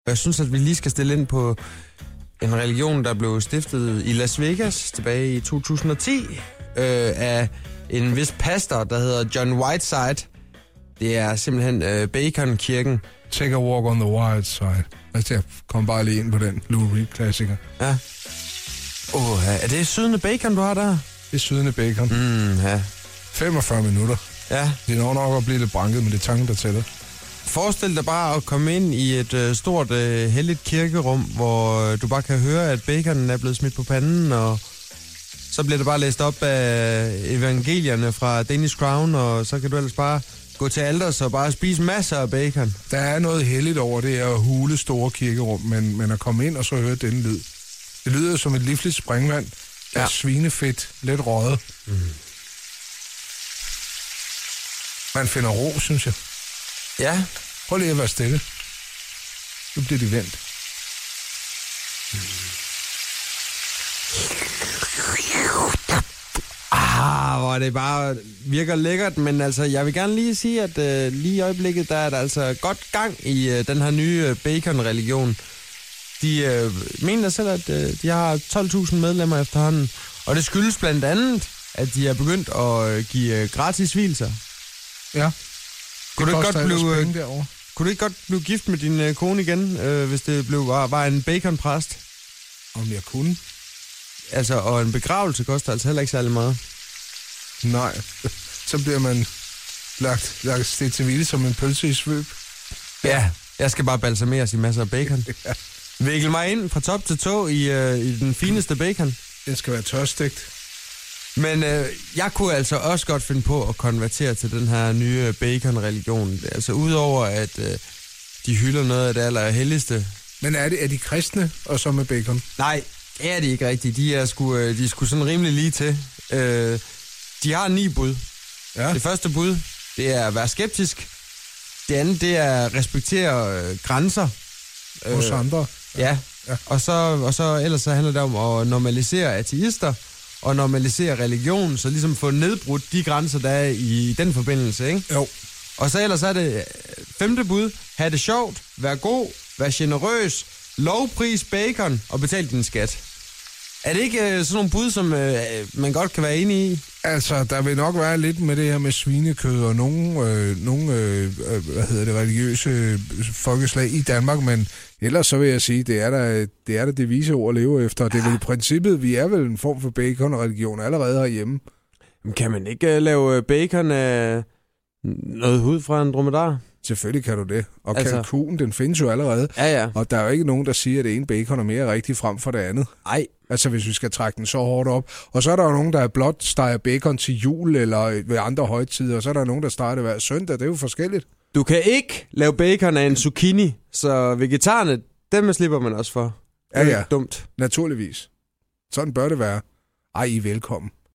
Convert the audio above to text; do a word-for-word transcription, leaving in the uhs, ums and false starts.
Jeg synes, at vi lige skal stille ind på en religion, der blev stiftet i Las Vegas tilbage i to tusind og ti øh, af en vis pastor, der hedder John Whiteside. Det er simpelthen øh, Bacon-kirken. Take a walk on the wild side. Altså, jeg kom bare lige ind på den Lou Reed-klassiker. Ja. Åh, oh, er det sydende bacon, du har der? Det er sydende bacon. Mm, ja. femogfyrre minutter. Ja. Det er nok at blive lidt branket, men det er tanken, der tæller. Forestil dig bare at komme ind i et øh, stort, øh, helligt kirkerum, hvor øh, du bare kan høre, at baconen er blevet smidt på panden, og så bliver det bare læst op af evangelierne fra Danish Crown, og så kan du ellers bare gå til alters og bare spise masser af bacon. Der er noget helligt over det her hule store kirkerum, men, men at komme ind og så høre denne lyd. Det lyder som et livligt springvand. Der er ja. Svinefedt, lidt røget. Mm. Man finder ro, synes jeg. Ja. Prøv lige at være stille. Nu bliver de vendt. Ah, hvor det bare virker lækkert, men altså, jeg vil gerne lige sige, at øh, lige i øjeblikket, der er der altså godt gang i øh, den her nye øh, bacon-religion. De øh, mener selv, at øh, de har tolv tusind medlemmer efterhånden, og det skyldes blandt andet, at de er begyndt at øh, give øh, gratis hvilser. Ja. Kunne du, ikke godt blive, kunne du ikke godt blive gift med din øh, kone igen, øh, hvis det blev, var, var en baconpræst? Om jeg kunne? Altså, og en begravelse koster altså heller ikke særlig meget. Nej, så bliver man lagt, lagt sted til vilde som en pølse i svøb. Ja, jeg skal bare balsameres i masser af bacon. Ja. Vikle mig ind fra top til tå i, øh, i den fineste bacon. Den skal være tørstegt. Men øh, jeg kunne altså også godt finde på at konvertere til den her nye bacon-religion. Altså udover at øh, de hylder noget af det allerhelligste. Men er, det, er de kristne og så med bacon? Nej, det er de ikke rigtigt. De er sgu, de er sgu sådan rimelig lige til. Øh, de har ni bud. Ja. Det første bud, det er at være skeptisk. Det andet, det er at respektere øh, grænser. Hos øh, andre. Ja. ja. ja. Og, så, og så ellers så handler det om at normalisere ateister og normalisere religion, så ligesom få nedbrudt de grænser, der er i den forbindelse, ikke? Jo. Og så ellers er det femte bud, have det sjovt, vær god, vær generøs, lovpris bacon og betal din skat. Er det ikke øh, sådan nogle bud, som øh, man godt kan være enig i? Altså, der vil nok være lidt med det her med svinekød og nogle, øh, nogle øh, hvad hedder det, religiøse folkeslag i Danmark, men ellers så vil jeg sige, det er der det, er der det vise ord at leve efter. Det er vel i princippet, vi er vel en form for bacon-religion allerede herhjemme. Kan man ikke uh, lave bacon af noget hud fra en dromedar? Selvfølgelig kan du det. Og altså, kalkun, den findes jo allerede. Ja, ja. Og der er jo ikke nogen, der siger, at det ene bacon er mere rigtigt frem for det andet. Nej. Altså, hvis vi skal trække den så hårdt op. Og så er der jo nogen, der blot steger bacon til jul eller ved andre højtider. Og så er der nogen, der steger det hver søndag. Det er jo forskelligt. Du kan ikke lave bacon af en zucchini, så vegetarerne, dem slipper man også for. Ja, ja. Dumt. Naturligvis. Sådan bør det være. Ej, I er velkommen.